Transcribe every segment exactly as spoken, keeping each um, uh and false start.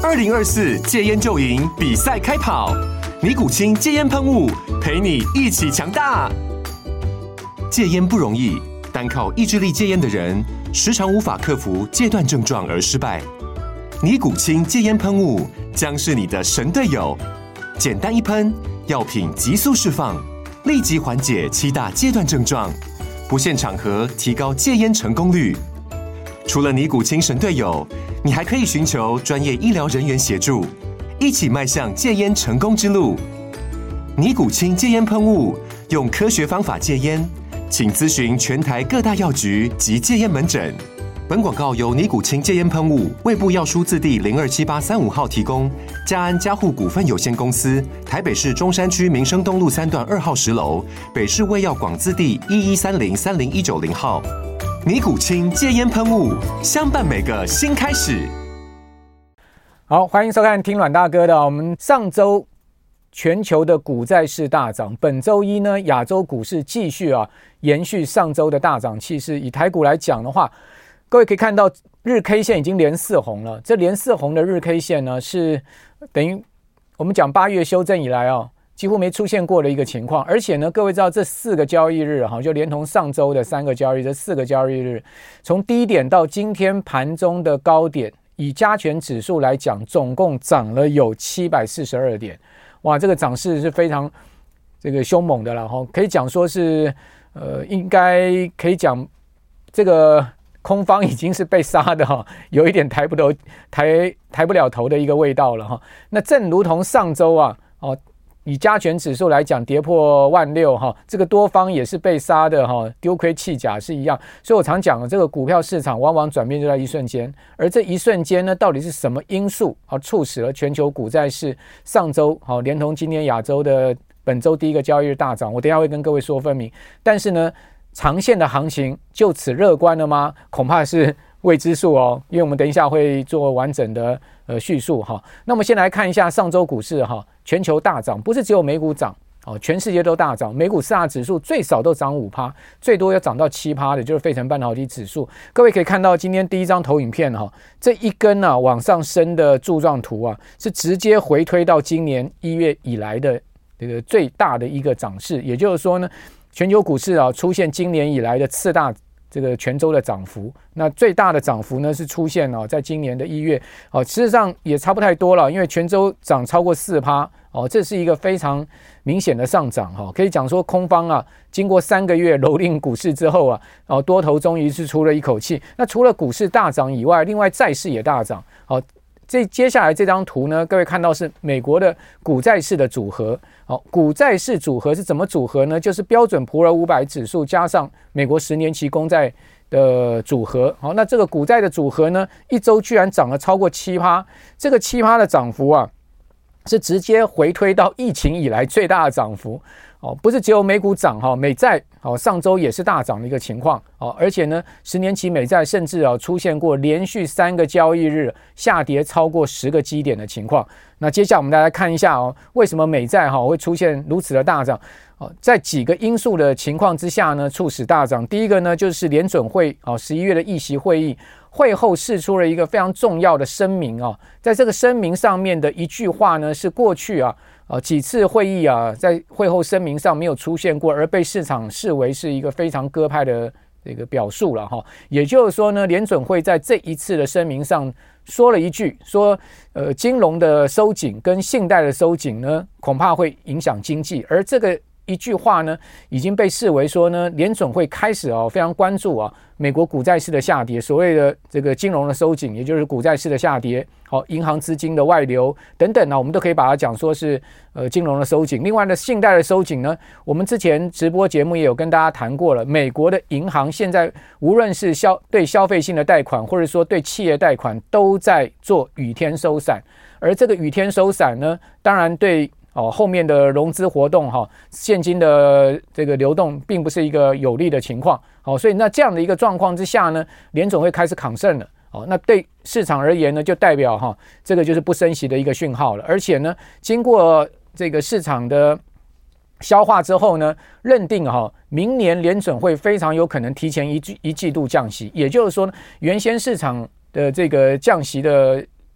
二零二四戒烟就赢比赛开跑，尼古清戒烟喷雾陪你一起强大。戒烟不容易，单靠意志力戒烟的人，时常无法克服戒断症状而失败。尼古清戒烟喷雾将是你的神队友，简单一喷，药品急速释放，立即缓解七大戒断症状，不限场合提高戒烟成功率。除了尼古清神队友，你还可以寻求专业医疗人员协助，一起迈向戒烟成功之路。尼古清戒烟喷雾，用科学方法戒烟，请咨询全台各大药局及戒烟门诊。本广告由尼古清戒烟喷雾、卫部药书字第零二七八三五号提供，嘉安嘉护股份有限公司，台北市中山区民生东路三段二号十楼，北市卫药广字第一一三零三零一九零号。尼古清戒烟喷雾，相伴每个新开始。 好，欢迎收看听阮大哥的。我们上周全球的股债市大涨，本周一呢，亚洲股市继续啊延续上周的大涨气势。以台股来讲的话，各位可以看到日 K 线已经连四红了，这连四红的日 K 线呢，是等于我们讲八月修正以来哦，几乎没出现过的一个情况。而且呢，各位知道这四个交易日哈，就连同上周的三个交易日，这四个交易日从低点到今天盘中的高点，以加权指数来讲，总共涨了有七百四十二点。哇，这个涨势是非常这个凶猛的了哈，可以讲说是呃，应该可以讲这个空方已经是被杀的哈，有一点抬不头抬抬不了头的一个味道了哈。那正如同上周啊，哦，以加权指数来讲跌破万六哈，这个多方也是被杀的哈，丢盔弃甲是一样。所以我常讲这个股票市场往往转变就在一瞬间，而这一瞬间呢，到底是什么因素啊促使了全球股债市上周好连同今天亚洲的本周第一个交易日大涨？我等一下会跟各位说分明。但是呢，长线的行情就此乐观了吗？恐怕是未知数哦，因为我们等一下会做完整的呃叙述哈。那我们先来看一下上周股市哈，全球大涨，不是只有美股涨哦，全世界都大涨。美股四大指数最少都涨 百分之五， 最多要涨到 百分之七 的，就是费城半导体指数。各位可以看到今天第一张投影片哈，这一根啊往上升的柱状图啊，是直接回推到今年一月以来的这个最大的一个涨势，也就是说呢，全球股市啊出现今年以来的次大这个全周的涨幅，那最大的涨幅呢是出现哦，在今年的一月哦，事实上也差不太多了，因为全周涨超过 百分之四 哦，这是一个非常明显的上涨哈、哦，可以讲说空方啊，经过三个月蹂躏股市之后啊，哦，多头终于是出了一口气。那除了股市大涨以外，另外债市也大涨。好、哦，这接下来这张图呢，各位看到是美国的股债市的组合。好，股债市组合是怎么组合呢？就是标准普尔五百指数加上美国十年期公债的组合。好，那这个股债的组合呢，一周居然涨了超过 百分之七， 这个 百分之七 的涨幅啊，是直接回推到疫情以来最大的涨幅。哦，不是只有美股涨哈，美债哦上周也是大涨的一个情况哦，而且呢，十年期美债甚至啊出现过连续三个交易日下跌超过十个基点的情况。那接下来我们来看一下哦，为什么美债哈会出现如此的大涨？哦，在几个因素的情况之下呢，促使大涨。第一个呢，就是联准会哦十一月的议息会议。会后释出了一个非常重要的声明啊，在这个声明上面的一句话呢，是过去啊呃几次会议啊，在会后声明上没有出现过，而被市场视为是一个非常鸽派的这个表述了哈。也就是说呢，联准会在这一次的声明上说了一句，说呃金融的收紧跟信贷的收紧呢，恐怕会影响经济，而这个一句话呢，已经被视为说呢，联准会开始哦非常关注啊美国股债市的下跌，所谓的这个金融的收紧，也就是股债市的下跌，好，银行资金的外流等等呢，我们都可以把它讲说是呃金融的收紧。另外呢，信贷的收紧呢，我们之前直播节目也有跟大家谈过了，美国的银行现在无论是消对消费性的贷款，或者说对企业贷款，都在做雨天收伞，而这个雨天收伞呢，当然对哦，后面的融资活动哈、哦，现金的这个流动并不是一个有利的情况，好、哦，所以那这样的一个状况之下呢，联总会开始抗胜了，哦，那对市场而言呢，就代表哈、哦，这个就是不升息的一个讯号了，而且呢，经过这个市场的消化之后呢，认定哈、哦，明年联准会非常有可能提前一季一季度降息，也就是说，原先市场的这个降息的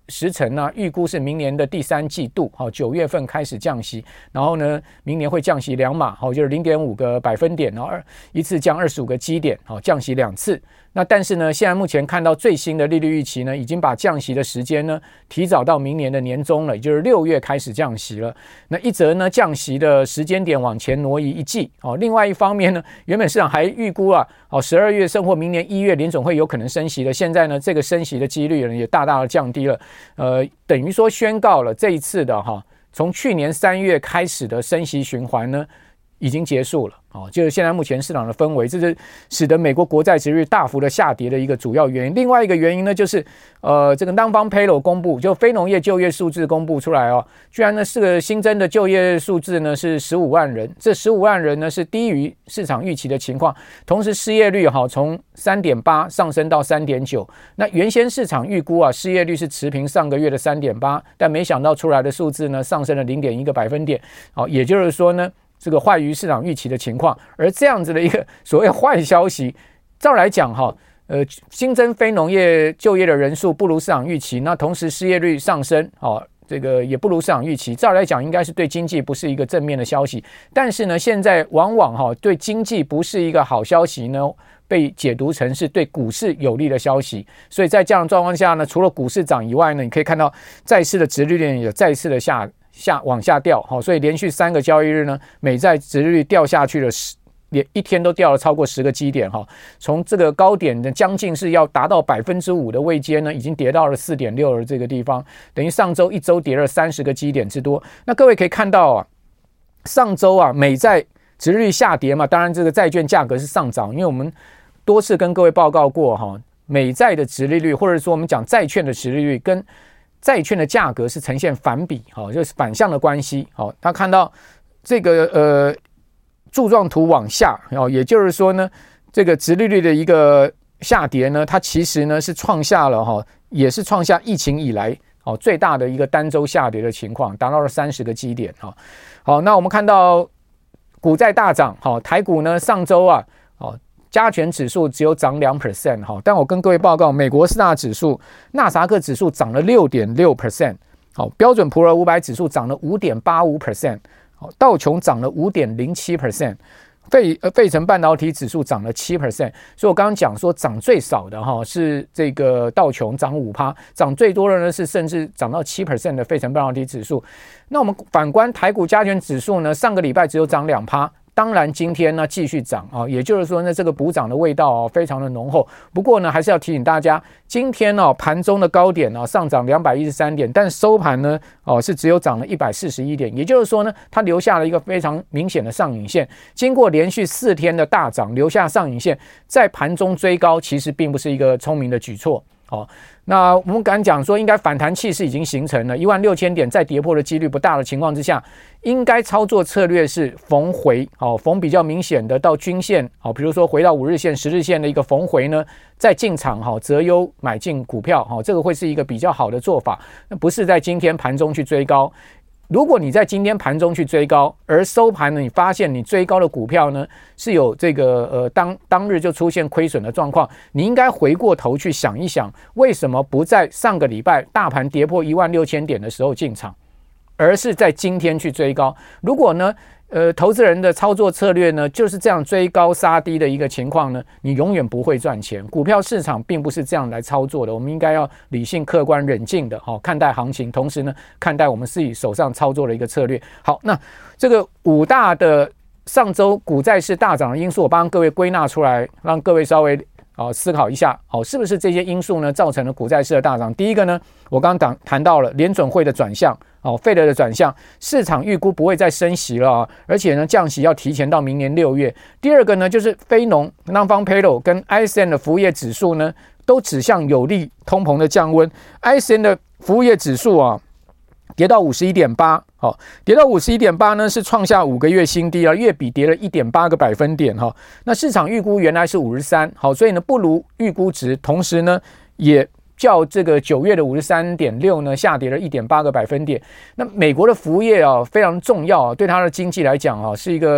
时程呢，预估是明年的第三季度，好，九月份开始降息，然后呢，明年会降息两码，好，就是零点五个百分点，然后一次降二十五个基点，好，降息两次。那但是呢，现在目前看到最新的利率预期呢，已经把降息的时间呢提早到明年的年中了，也就是六月开始降息了。那一则呢，降息的时间点往前挪移一季，哦，另外一方面呢，原本市场还预估啊，哦，十二月甚或明年一月联总会有可能升息的，现在呢，这个升息的几率呢也大大的降低了，呃，等于说宣告了这一次的哈，从去年三月开始的升息循环呢，已经结束了。哦，就是现在目前市场的氛围，这是使得美国国债殖利率大幅的下跌的一个主要原因。另外一个原因呢，就是呃，这个 non-farm payroll 公布，就非农业就业数字公布出来哦，居然呢是个新增的就业数字呢是十五万人，这十五万人呢是低于市场预期的情况，同时失业率哈从 三点八 上升到 三点九， 那原先市场预估啊失业率是持平上个月的 三点八， 但没想到出来的数字呢上升了 零点一 个百分点，好，也就是说呢，这个坏于市场预期的情况，而这样子的一个所谓坏消息，照来讲哈，呃，新增非农业就业的人数不如市场预期，那同时失业率上升，哦，这个也不如市场预期，照来讲应该是对经济不是一个正面的消息，但是呢，现在往往哈对经济不是一个好消息呢，被解读成是对股市有利的消息，所以在这样的状况下呢，除了股市涨以外呢，你可以看到债市的殖利率也再次的下。下往下掉，所以连续三个交易日呢，美债殖利率掉下去了十，连一天都掉了超过十个基点，从这个高点的将近是要达到百分之五的位阶呢，已经跌到了 四点六 的这个地方，等于上周一周跌了三十个基点之多。那各位可以看到啊，上周啊美债殖利率下跌嘛，当然这个债券价格是上涨，因为我们多次跟各位报告过哈，美债的殖利率或者说我们讲债券的殖利率跟债券的价格是呈现反比，就是反向的关系。他看到这个呃柱状图往下，也就是说呢，这个殖利率的一个下跌呢，它其实呢是创下了也是创下疫情以来最大的一个单周下跌的情况，达到了三十个基点。好，那我们看到股债大涨，台股呢上周啊。加权指数只有涨 百分之二， 但我跟各位报告，美国四大指数纳斯达克指数涨了 百分之六点六， 标准普尔五百指数涨了 百分之五点八五， 道琼涨了 百分之五点零七， 费费城半导体指数涨了 百分之七， 所以我刚刚讲说涨最少的是这个道琼涨 百分之五， 涨最多的呢是甚至涨到 百分之七 的费城半导体指数。那我们反观台股加权指数呢，上个礼拜只有涨 百分之二，当然今天呢继续涨啊，也就是说呢这个补涨的味道啊非常的浓厚。不过呢还是要提醒大家，今天呢盘中的高点呢上涨两百一十三点，但收盘呢哦是只有涨了一百四十一点，也就是说呢它留下了一个非常明显的上影线。经过连续四天的大涨，留下上影线，在盘中追高其实并不是一个聪明的举措。哦，那我们敢讲说，应该反弹气势已经形成了，一万六千点再跌破的几率不大的情况之下，应该操作策略是逢回，哦，逢比较明显的到均线，哦，比如说回到五日线、十日线的一个逢回呢，再进场，哈，择优买进股票，哈，这个会是一个比较好的做法，那不是在今天盘中去追高。如果你在今天盘中去追高，而收盘呢，你发现你追高的股票呢是有这个呃当当日就出现亏损的状况，你应该回过头去想一想，为什么不在上个礼拜大盘跌破一万六千点的时候进场，而是在今天去追高？如果呢，呃，投资人的操作策略呢就是这样追高杀低的一个情况呢，你永远不会赚钱。股票市场并不是这样来操作的，我们应该要理性、客观、冷静的、哦、看待行情，同时呢，看待我们自己手上操作的一个策略。好，那这个五大的上周股债市大涨的因素，我帮各位归纳出来，让各位稍微哦思考一下，哦，是不是这些因素呢造成了股债市的大涨？第一个呢，我刚刚谈到了联准会的转向。哦，费德的转向，市场预估不会再升息了、啊，而且呢，降息要提前到明年六月。第二个呢，就是非农 non-farm payroll 跟 I S M 的服务业指数呢，都指向有利通膨的降温。I S M 的服务业指数啊，跌到 五十一点八， 好，跌到 五十一点八 呢，是创下五个月新低啊，月比跌了 一点八 个百分点哈、哦。那市场预估原来是五十三，好，所以呢不如预估值，同时呢也。较这个九月的 五十三点六 呢下跌了 一点八 个百分点。那美国的服务业啊非常重要啊，对它的经济来讲啊是一个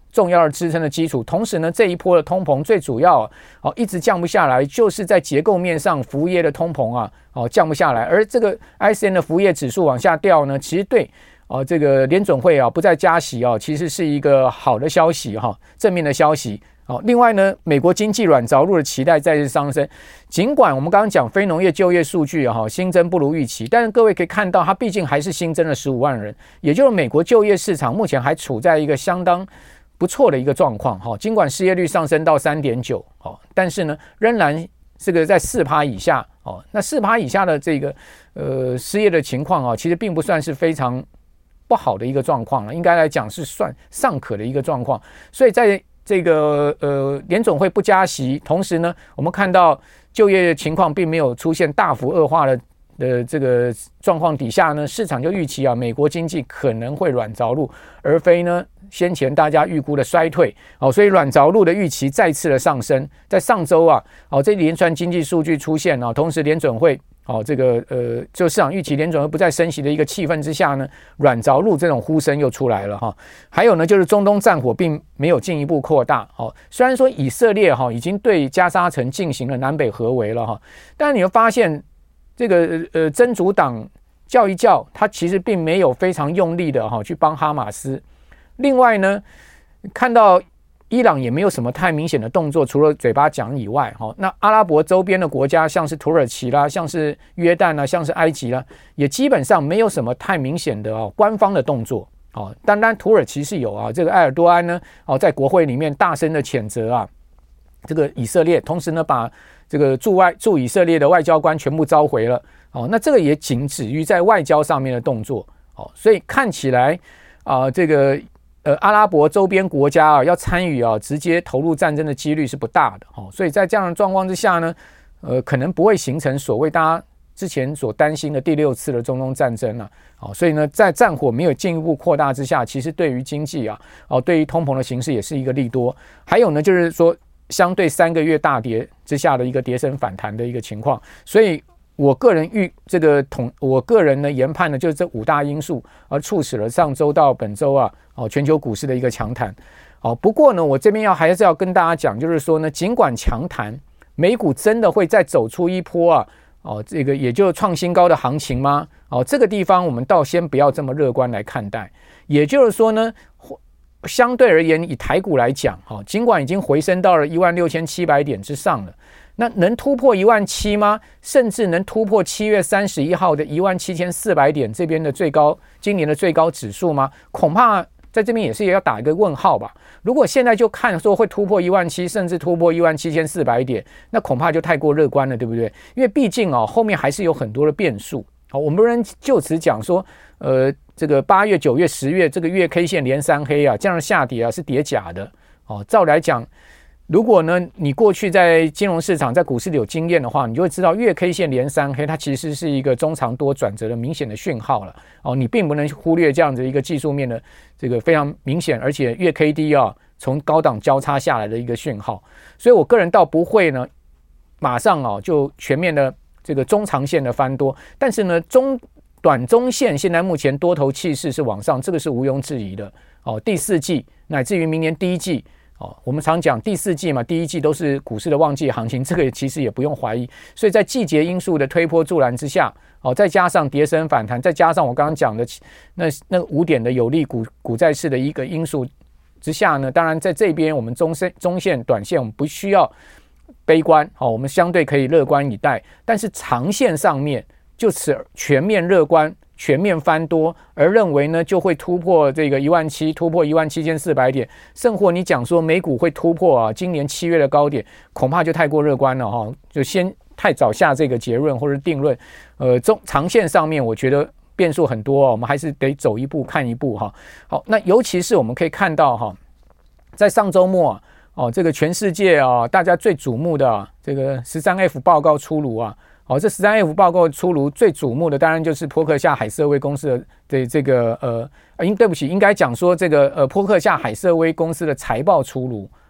重要的支撑的基础。同时呢，这一波的通膨最主要哦一直降不下来，就是在结构面上服务业的通膨啊哦降不下来，而这个 I S M 的服务业指数往下掉呢，其实对哦这个联准会啊不再加息啊，其实是一个好的消息哈、哦，正面的消息。好，另外呢，美国经济软着陆的期待再次上升。尽管我们刚刚讲非农业就业数据哈新增不如预期，但是各位可以看到，它毕竟还是新增了十五万人，也就是美国就业市场目前还处在一个相当不错的一个状况哈。尽管失业率上升到 三点九 哦，但是呢，仍然这个在 百分之四 以下哦。那 百分之四 以下的这个呃失业的情况啊，其实并不算是非常不好的一个状况了，应该来讲是算尚可的一个状况。所以在这个呃联总会不加息，同时呢，我们看到就业情况并没有出现大幅恶化的的这个状况底下呢，市场就预期啊，美国经济可能会软着陆，而非呢先前大家预估的衰退。哦，所以软着陆的预期再次的上升。在上周啊，哦这连串经济数据出现啊，同时联准会。哦，这个呃，就市场预期联准会不再升息的一个气氛之下呢，软着陆这种呼声又出来了哈。还有呢，就是中东战火并没有进一步扩大。哦，虽然说以色列哈已经对加沙城进行了南北合围了哈，但你会发现这个呃真主党叫一叫，他其实并没有非常用力的哈去帮哈马斯。另外呢，看到伊朗也没有什么太明显的动作，除了嘴巴讲以外，那阿拉伯周边的国家，像是土耳其啦，像是约旦啦，像是埃及啦，也基本上没有什么太明显的官方的动作。当然土耳其是有啊，这个埃尔多安呢，在国会里面大声的谴责啊，这个以色列，同时呢，把这个驻外驻以色列的外交官全部召回了。那这个也仅止于在外交上面的动作。所以看起来啊，这个。呃，阿拉伯周边国家啊，要参与啊，直接投入战争的几率是不大的哦。所以在这样的状况之下呢，呃，可能不会形成所谓大家之前所担心的第六次的中东战争了。哦，所以呢，在战火没有进一步扩大之下，其实对于经济啊，哦，对于通膨的形势也是一个利多。还有呢，就是说相对三个月大跌之下的一个跌升反弹的一个情况，所以。我个人预这个统，我个人呢研判呢，就是这五大因素而促使了上周到本周啊，哦全球股市的一个强弹。哦，不过呢，我这边要还是要跟大家讲，就是说呢，尽管强弹，美股真的会再走出一波啊，哦这个也就创新高的行情吗？哦，这个地方我们倒先不要这么乐观来看待。也就是说呢，相对而言，以台股来讲，哦，尽管已经回升到了一万六千七百点之上了。那能突破一万七吗？甚至能突破七月三十一号的一万七千四百点这边的最高，今年的最高指数吗？恐怕在这边也是要打一个问号吧。如果现在就看说会突破一万七，甚至突破一万七千四百点，那恐怕就太过乐观了，对不对？因为毕竟哦，后面还是有很多的变数。好，我们不能就此讲说，呃，这个八月、九月、十月这个月 K 线连三黑啊，这样的下跌啊是跌假的。哦，照来讲。如果呢，你过去在金融市场、在股市里有经验的话，你就会知道月 K 线连三黑，它其实是一个中长多转折的明显的讯号了。哦，你并不能忽略这样子一个技术面的这个非常明显，而且月 K D 啊从高档交叉下来的一个讯号。所以我个人倒不会呢，马上啊就全面的这个中长线的翻多，但是呢中短中线现在目前多头气势是往上，这个是毋庸置疑的。哦，第四季乃至于明年第一季。哦，我们常讲第四季嘛，第一季都是股市的旺季行情，这个其实也不用怀疑。所以在季节因素的推波助澜之下，哦，再加上跌升反弹，再加上我刚刚讲的那那五点的有利股股债市的一个因素之下呢，当然在这边我们中线、中线、短线我们不需要悲观，哦，我们相对可以乐观以待。但是长线上面就此全面乐观。全面翻多，而认为呢就会突破这个一万七，突破一万七千四百点，甚或你讲说美股会突破啊今年七月的高点，恐怕就太过乐观了哈，就先太早下这个结论或者定论。呃，中长线上面我觉得变数很多，我们还是得走一步看一步哈。好，那尤其是我们可以看到哈，在上周末啊，哦，这个全世界啊大家最瞩目的、啊、这个 十三 F 报告出炉啊。好，这 十三 F 报告出炉最瞩目的当然就是波克夏海瑟威公司的的这个呃，应对不起，应该讲说这个呃波克夏海瑟威公司的财报出炉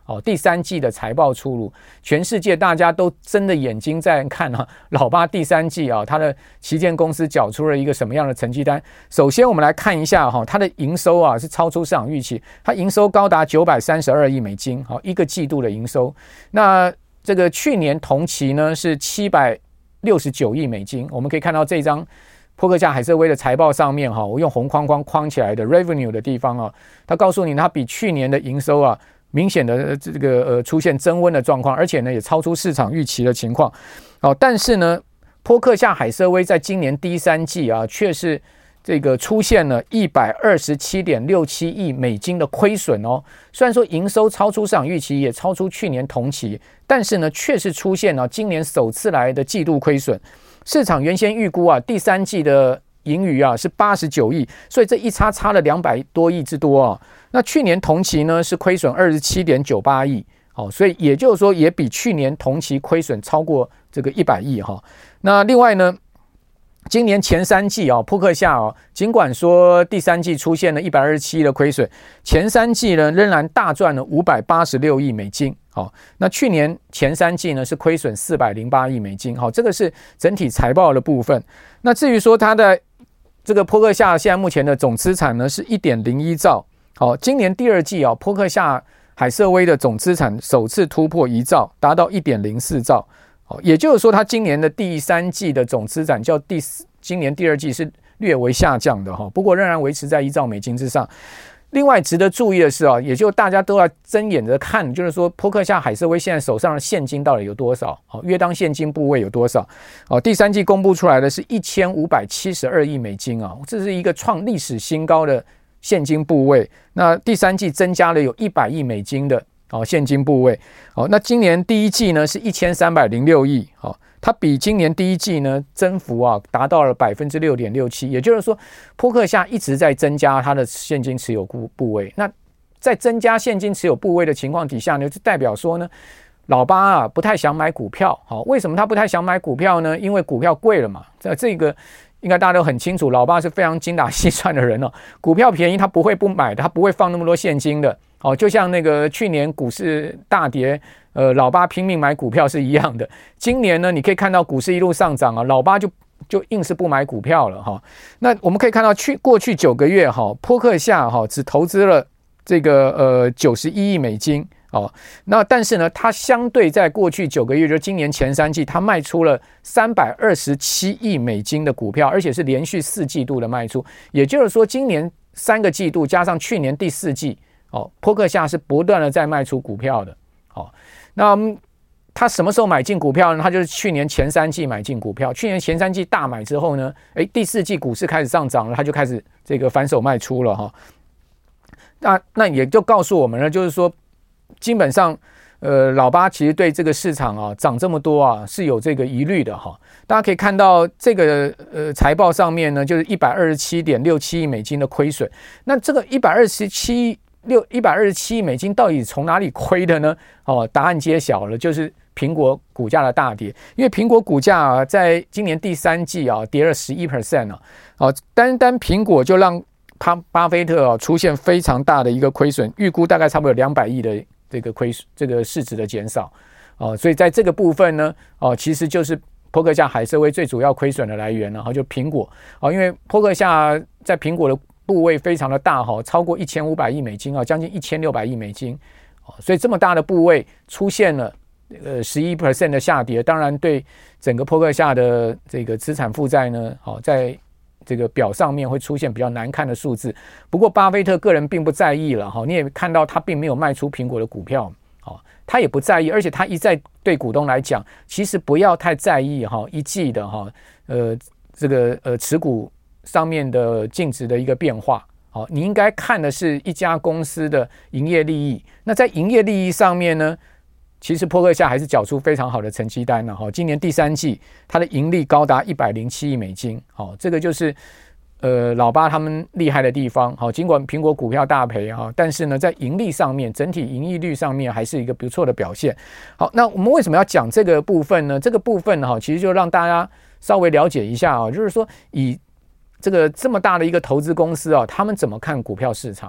哦，第三季的财报出炉，全世界大家都睁着眼睛在看啊，老巴第三季啊，它的旗舰公司缴出了一个什么样的成绩单？首先我们来看一下哈，它的营收啊是超出市场预期，它营收高达九百三十二亿美金，好，一个季度的营收。那这个去年同期呢是七百六十九亿美金，我们可以看到这张波克夏海瑟威的财报上面哈，我用红框框框起来的 revenue 的地方啊，它告诉你它比去年的营收啊。明显的这个呃出现增温的状况，而且呢也超出市场预期的情况。哦，但是呢，波克夏海瑟威在今年第三季啊，却是这个出现了一百二十七点六七亿美金的亏损哦。虽然说营收超出市场预期，也超出去年同期，但是呢，确实出现了今年首次来的季度亏损。市场原先预估啊，第三季的盈余啊是八十九亿，所以这一差差了两百多亿之多啊。那去年同期呢是亏损二十七点九八亿，好，所以也就是说也比去年同期亏损超过这个一百亿哈。那另外呢，今年前三季啊，波克夏啊，尽管说第三季出现了一百二十七亿的亏损，前三季呢仍然大赚了五百八十六亿美金。好，那去年前三季呢是亏损四百零八亿美金。好，这个是整体财报的部分。那至于说它的这个波克夏现在目前的总资产呢是 一点零一兆。好，今年第二季啊，波克夏海瑟威的总资产首次突破一兆，达到 一点零四兆。好，也就是说，它今年的第三季的总资产较第今年第二季是略微下降的哈，不过仍然维持在一兆美金之上。另外值得注意的是啊，也就大家都要睁眼着看，就是说波克夏海瑟威现在手上的现金到底有多少？好，约当现金部位有多少？哦，第三季公布出来的是一千五百七十二亿美金啊，这是一个创历史新高的现金部位。那第三季增加了有一百亿美金的哦现金部位。哦，那今年第一季呢是一千三百零六亿，哦，它比今年第一季呢增幅啊达到了 百分之六点六七， 也就是说波克夏一直在增加它的现金持有部位。那在增加现金持有部位的情况底下呢，就代表说呢，老巴啊不太想买股票。好，为什么他不太想买股票呢？因为股票贵了嘛。这这个应该大家都很清楚，老巴是非常精打细算的人哦。股票便宜他不会不买的，他不会放那么多现金的。哦，就像那个去年股市大跌，呃，老巴拼命买股票是一样的。今年呢，你可以看到股市一路上涨啊，老巴就就硬是不买股票了哈。那我们可以看到去过去九个月哈，波克夏哈只投资了这个呃九十一亿美金哦。那但是呢，它相对在过去九个月，就今年前三季，它卖出了三百二十七亿美金的股票，而且是连续四季度的卖出。也就是说，今年三个季度加上去年第四季。哦，波克夏是不断的在卖出股票的。哦，那他什么时候买进股票呢？他就是去年前三季买进股票，去年前三季大买之后呢，诶，第四季股市开始上涨了，他就开始这个反手卖出了哈。那那也就告诉我们了，就是说，基本上，呃，老巴其实对这个市场啊涨这么多啊是有这个疑虑的哈。大家可以看到这个呃财报上面呢，就是一百二十七点六七亿美金的亏损。那这个一百二十七六一百二十七亿美金到底从哪里亏的呢？哦，答案揭晓了，就是苹果股价的大跌。因为苹果股价啊，在今年第三季啊跌了 百分之十一 啊，哦，单单苹果就让巴巴菲特啊出现非常大的一个亏损，预估大概差不多有两百亿的这个亏这个市值的减少。哦，所以在这个部分呢，哦，其实就是波克夏海瑟威最主要亏损的来源，然后就苹果。哦，因为波克夏在苹果的部位非常的大哈，超过一千五百亿美金啊，将近一千六百亿美金，所以这么大的部位出现了呃 百分之十一 的下跌，当然对整个波克夏的这个资产负债呢，好，在这个表上面会出现比较难看的数字。不过巴菲特个人并不在意了哈，你也看到他并没有卖出苹果的股票，好，他也不在意，而且他一再对股东来讲，其实不要太在意哈一季的哈呃这个呃持股上面的净值的一个变化。好，你应该看的是一家公司的营业利益。那在营业利益上面呢，其实波克夏还是缴出非常好的成绩单了。好，今年第三季它的盈利高达一百零七亿美金。好，这个就是呃老巴他们厉害的地方。好，尽管苹果股票大赔哈，但是呢，在盈利上面，整体盈利率上面还是一个不错的表现。好，那我们为什么要讲这个部分呢？这个部分哈，其实就让大家稍微了解一下啊，就是说以这个这么大的一个投资公司啊，他们怎么看股票市场？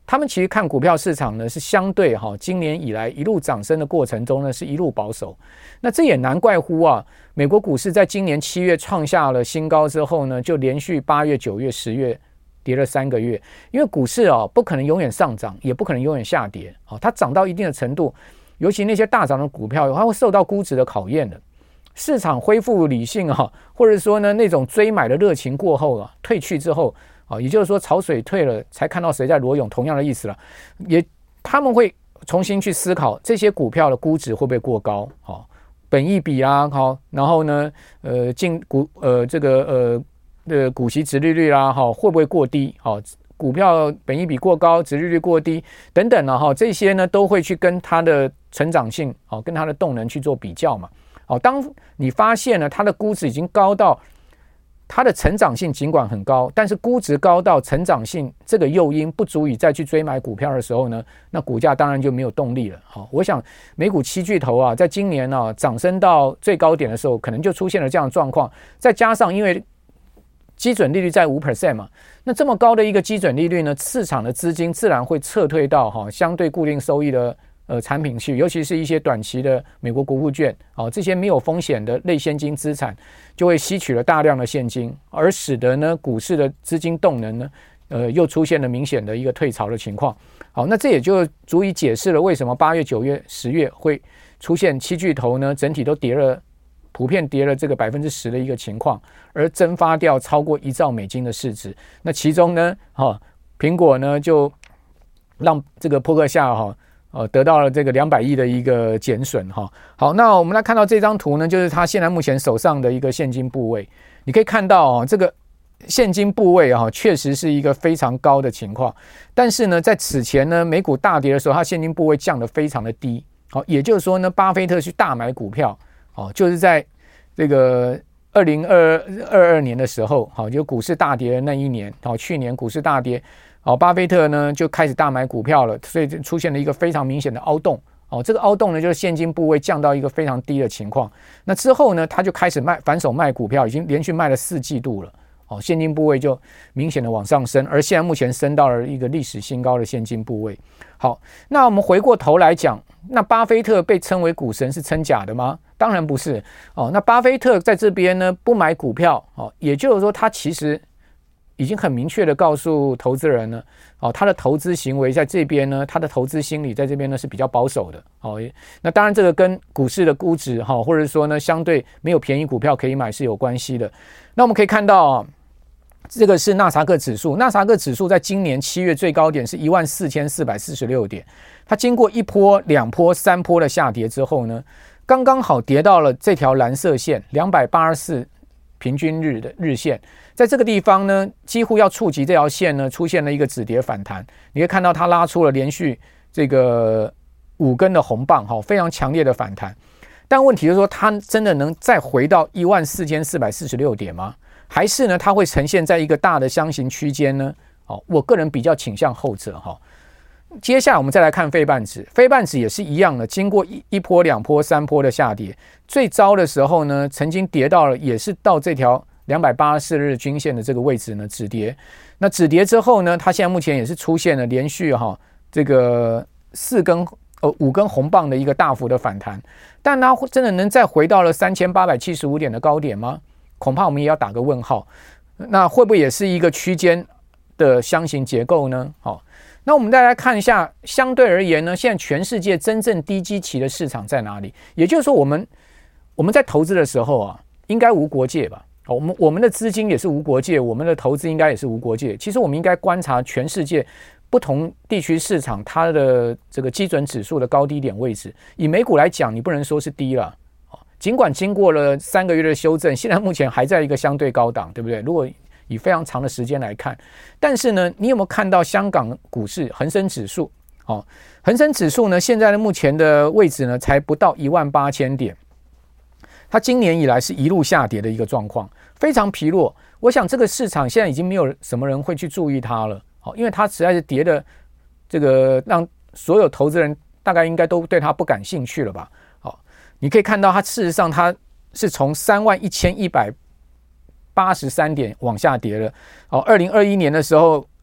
他们其实看股票市场呢是相对哈，今年以来一路涨升的过程中呢是一路保守。那这也难怪乎啊，美国股市在今年七月创下了新高之后呢，就连续八月、九月、十月跌了三个月。因为股市啊不可能永远上涨，也不可能永远下跌啊，它涨到一定的程度，尤其那些大涨的股票，它会受到估值的考验的。市场恢复理性啊，或者说呢那种追买的热情过后啊，退去之后。啊，也就是说潮水退了才看到谁在裸泳，同样的意思了。也他们会重新去思考这些股票的估值会不会过高，好、哦，本益比啊，好，然后呢，呃，净股呃这个呃的股息殖利率啦，哈、哦，会不会过低？好、哦，股票本益比过高，殖利率过低等等呢，哈、哦，这些呢都会去跟它的成长性，好、哦，跟它的动能去做比较嘛。好、哦，当你发现呢它的估值已经高到它的成长性尽管很高，但是估值高到成长性这个诱因不足以再去追买股票的时候呢，那股价当然就没有动力了。好，我想美股七巨头啊，在今年啊涨升到最高点的时候，可能就出现了这样的状况。再加上因为基准利率在 百分之五 嘛，那这么高的一个基准利率呢，市场的资金自然会撤退到哈相对固定收益的呃产品去，尤其是一些短期的美国国库券，哦，这些没有风险的类现金资产就会吸取了大量的现金，而使得呢股市的资金动能呢，呃，又出现了明显的一个退潮的情况。好，那这也就足以解释了为什么八月、九月、十月会出现七巨头呢整体都跌了，普遍跌了这个百分之十的一个情况，而蒸发掉超过一兆美金的市值。那其中呢，哈、哦，苹果呢就让这个波克夏哈。呃，得到了这个两百亿的一个减损哈。好，那我们来看到这张图呢，就是他现在目前手上的一个现金部位。你可以看到哦，这个现金部位啊，确实是一个非常高的情况。但是呢，在此前呢，美股大跌的时候，它现金部位降得非常的低。好，也就是说呢，巴菲特去大买股票，哦，就是在这个二零二二年的时候，好，就股市大跌的那一年，好，去年股市大跌。好，巴菲特呢就开始大买股票了，所以出现了一个非常明显的凹洞。哦，这个凹洞呢就是现金部位降到一个非常低的情况。那之后呢，他就开始卖反手卖股票，已经连续卖了四季度了。哦，现金部位就明显的往上升，而现在目前升到了一个历史新高的现金部位。好，那我们回过头来讲，那巴菲特被称为股神是真假的吗？当然不是。哦，那巴菲特在这边呢不买股票，哦，也就是说他其实已经很明确的告诉投资人呢，哦，他的投资行为在这边呢，他的投资心理在这边呢是比较保守的。哦，那当然这个跟股市的估值哈，或者说呢相对没有便宜股票可以买是有关系的。那我们可以看到啊，这个是纳斯达克指数，纳斯达克指数在今年七月最高点是一万四千四百四十六点，它经过一波、两波、三波的下跌之后呢，刚刚好跌到了这条蓝色线两百八十四平均日的日线。在这个地方呢，几乎要触及这条线呢，出现了一个止跌反弹。你可以看到它拉出了连续这个五根的红棒，非常强烈的反弹。但问题就是说，它真的能再回到一万四千四百四十六点吗？还是呢，它会呈现在一个大的箱型区间呢？我个人比较倾向后者。接下来我们再来看费半指，费半指也是一样的，经过一波、两波、三波的下跌，最糟的时候呢，曾经跌到了，也是到这条两百八十四日均线的这个位置呢止跌。那止跌之后呢，它现在目前也是出现了连续哈这个四根呃五根红棒的一个大幅的反弹，但它真的能再回到了三千八百七十五点的高点吗？恐怕我们也要打个问号。那会不会也是一个区间的箱型结构呢？好，那我们再来看一下，相对而言呢，现在全世界真正低基期的市场在哪里？也就是说，我们我们在投资的时候啊，应该无国界吧？我们我们的资金也是无国界，我们的投资应该也是无国界。其实我们应该观察全世界不同地区市场它的这个基准指数的高低点位置。以美股来讲，你不能说是低了，尽管经过了三个月的修正，现在目前还在一个相对高档，对不对？如果以非常长的时间来看，但是呢，你有没有看到香港股市恒生指数？哦，恒生指数呢，现在的目前的位置呢，才不到一万八千点。它今年以来是一路下跌的一个状况，非常疲弱。我想这个市场现在已经没有什么人会去注意它了，因为它实在是跌的这个让所有投资人大概应该都对它不感兴趣了吧。好，你可以看到它事实上它是从三万一千一百八十三点往下跌了。哦，二零二一年的时候，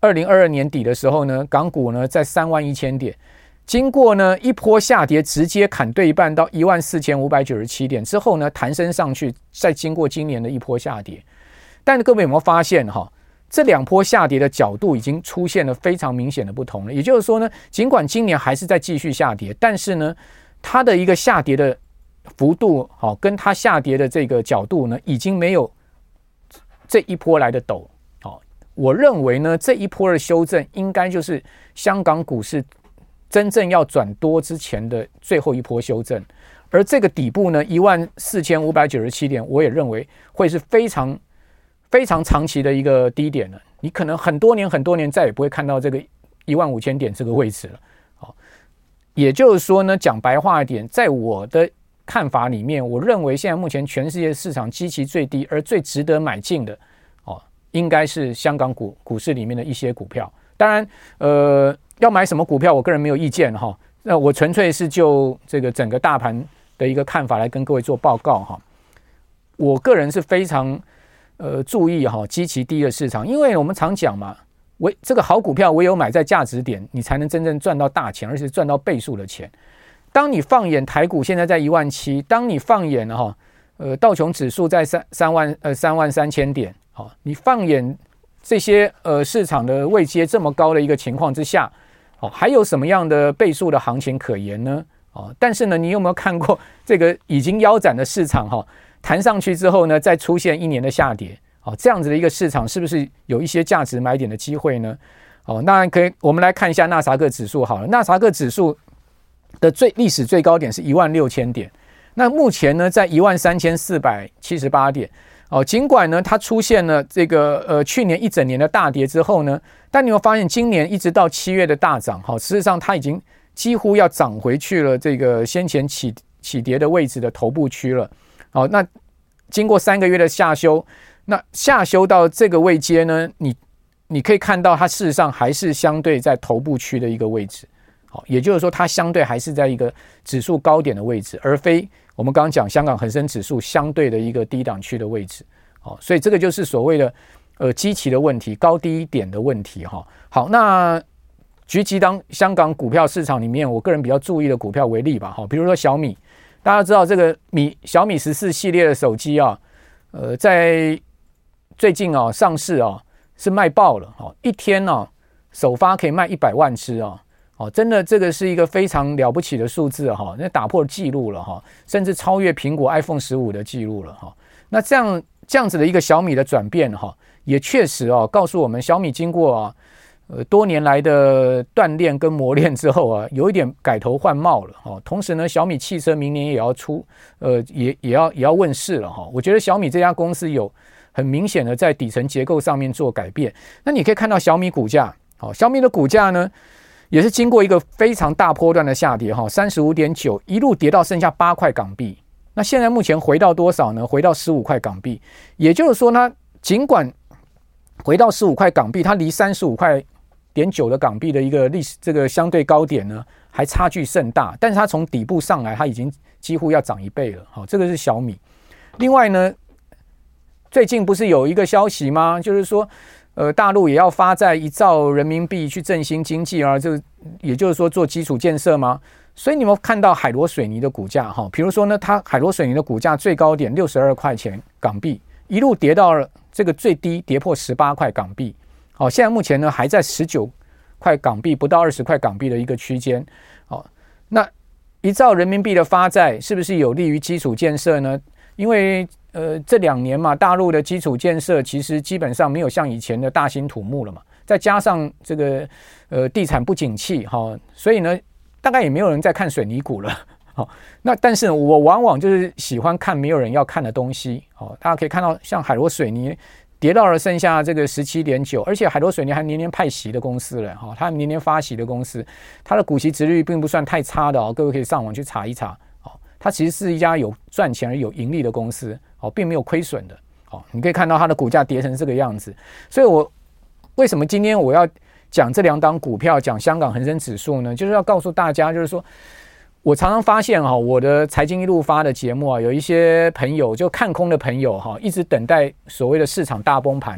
二零二二年底的时候呢，港股呢在三万一千点，经过呢一波下跌，直接砍对半到一万四千五百九十七点之后呢，弹升上去，再经过今年的一波下跌。但各位有没有发现哈？这两波下跌的角度已经出现了非常明显的不同了。也就是说呢，尽管今年还是在继续下跌，但是呢，它的一个下跌的幅度，好，跟它下跌的这个角度呢，已经没有这一波来的陡。好，我认为呢，这一波的修正应该就是香港股市真正要转多之前的最后一波修正。而这个底部呢，一万四千五百九十七点，我也认为会是非常。非常长期的一个低点了，你可能很多年很多年再也不会看到这个一万五千点这个位置了。好，也就是说呢，讲白话一点，在我的看法里面，我认为现在目前全世界市场基期最低而最值得买进的，哦，应该是香港股股市里面的一些股票。当然，呃，要买什么股票，我个人没有意见哈。那我纯粹是就这个整个大盘的一个看法来跟各位做报告哈。我个人是非常。呃，注意哈，基期低的市场，因为我们常讲嘛，唯这个好股票唯有买在价值点，你才能真正赚到大钱，而且赚到倍数的钱。当你放眼台股现在在一万七，当你放眼哈，呃，道琼指数在三三万呃三万三千点，好，你放眼这些呃市场的位阶这么高的一个情况之下，哦，还有什么样的倍数的行情可言呢？哦，但是呢，你有没有看过这个已经腰斩的市场哈？弹上去之后呢，再出现一年的下跌，哦，这样子的一个市场是不是有一些价值买点的机会呢？哦，那可以，我们来看一下纳斯达克指数好了。纳斯达克指数的最历史最高点是一万六千点，那目前呢在一万三千四百七十八点。哦，尽管呢它出现了这个呃去年一整年的大跌之后呢，但你会发现今年一直到七月的大涨，好，事实上它已经几乎要涨回去了这个先前起起跌的位置的头部区了。好，那经过三个月的下修，那下修到这个位阶呢，你你可以看到它事实上还是相对在头部区的一个位置。好，也就是说它相对还是在一个指数高点的位置，而非我们刚刚讲香港恒生指数相对的一个低档区的位置。好，所以这个就是所谓的呃基期的问题，高低点的问题哈。好，那举几档香港股票市场里面我个人比较注意的股票为例吧，哈，比如说小米。大家知道这个米小米十四系列的手机啊，呃，在最近啊上市啊是卖爆了哦，一天啊首发可以卖一百万只啊，哦，真的这个是一个非常了不起的数字哈，那打破记录了哈，甚至超越苹果 iPhone 十五的记录了哈。那这样这样子的一个小米的转变哈，也确实啊告诉我们，小米经过啊。呃，多年来的锻炼跟磨练之后啊，有一点改头换貌了哈。同时呢，小米汽车明年也要出，呃，也也要也要问世了哈。我觉得小米这家公司有很明显的在底层结构上面做改变。那你可以看到小米股价，好，小米的股价呢，也是经过一个非常大波段的下跌哈，三十五点九一路跌到剩下八块港币。那现在目前回到多少呢？回到十五块港币。也就是说，它尽管回到十五块港币，它离三十五块。点九的港币的一个历史这个相对高点呢，还差距甚大，但是它从底部上来，它已经几乎要涨一倍了。好，这个是小米。另外呢，最近不是有一个消息吗？就是说，呃，大陆也要发债一兆人民币去振兴经济啊，这也就是说做基础建设吗？所以你们看到海螺水泥的股价哈，比如说呢，它海螺水泥的股价最高点六十二块钱港币，一路跌到了这个最低跌破十八块港币。好，现在目前呢还在十九块港币不到二十块港币的一个区间。好，那一兆人民币的发债是不是有利于基础建设呢？因为呃这两年嘛，大陆的基础建设其实基本上没有像以前的大兴土木了嘛，再加上这个呃地产不景气哈，所以呢大概也没有人在看水泥股了。好，那但是我往往就是喜欢看没有人要看的东西。好，大家可以看到像海螺水泥。跌到了剩下这个 十七点九， 而且海螺水泥还年年派息的公司了哈，它年年发息的公司，它的股息殖利率并不算太差的哦，各位可以上网去查一查哦。它其实是一家有赚钱而有盈利的公司哦，并没有亏损的哦。你可以看到它的股价跌成这个样子，所以我为什么今天我要讲这两档股票，讲香港恒生指数呢？就是要告诉大家，就是说。我常常发现哈，我的财经一路发的节目啊，有一些朋友就看空的朋友哈，一直等待所谓的市场大崩盘呢。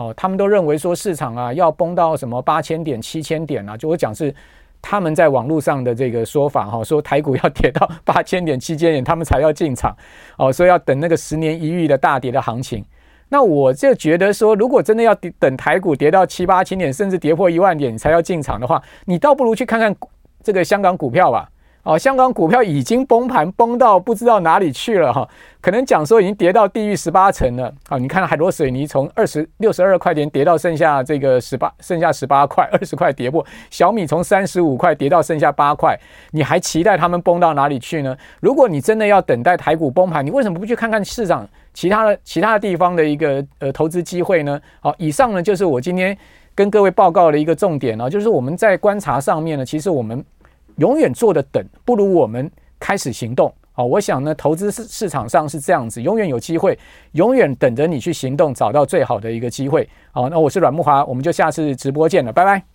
哦，他们都认为说市场啊要崩到什么八千点、七千点啊，就我讲是他们在网络上的这个说法哈、哦，说台股要跌到八千点、七千点，他们才要进场哦，所以要等那个十年一遇的大跌的行情。那我就觉得说，如果真的要等台股跌到七八千点，甚至跌破一万点，你才要进场的话，你倒不如去看看这个香港股票吧。哦，香港股票已经崩盘，崩到不知道哪里去了哈，可能讲说已经跌到地狱十八层了。啊，你看海螺水泥从二十六十二块钱跌到剩下这个十八，剩下十八块，二十块跌破。小米从三十五块跌到剩下八块，你还期待他们崩到哪里去呢？如果你真的要等待台股崩盘，你为什么不去看看市场其他的其他的地方的一个呃投资机会呢？好，以上呢就是我今天跟各位报告的一个重点啊，就是我们在观察上面呢，其实我们永远做的等，不如我们开始行动。好，我想呢，投资市场上是这样子，永远有机会，永远等着你去行动，找到最好的一个机会。好，那我是阮慕骅，我们就下次直播见了，拜拜。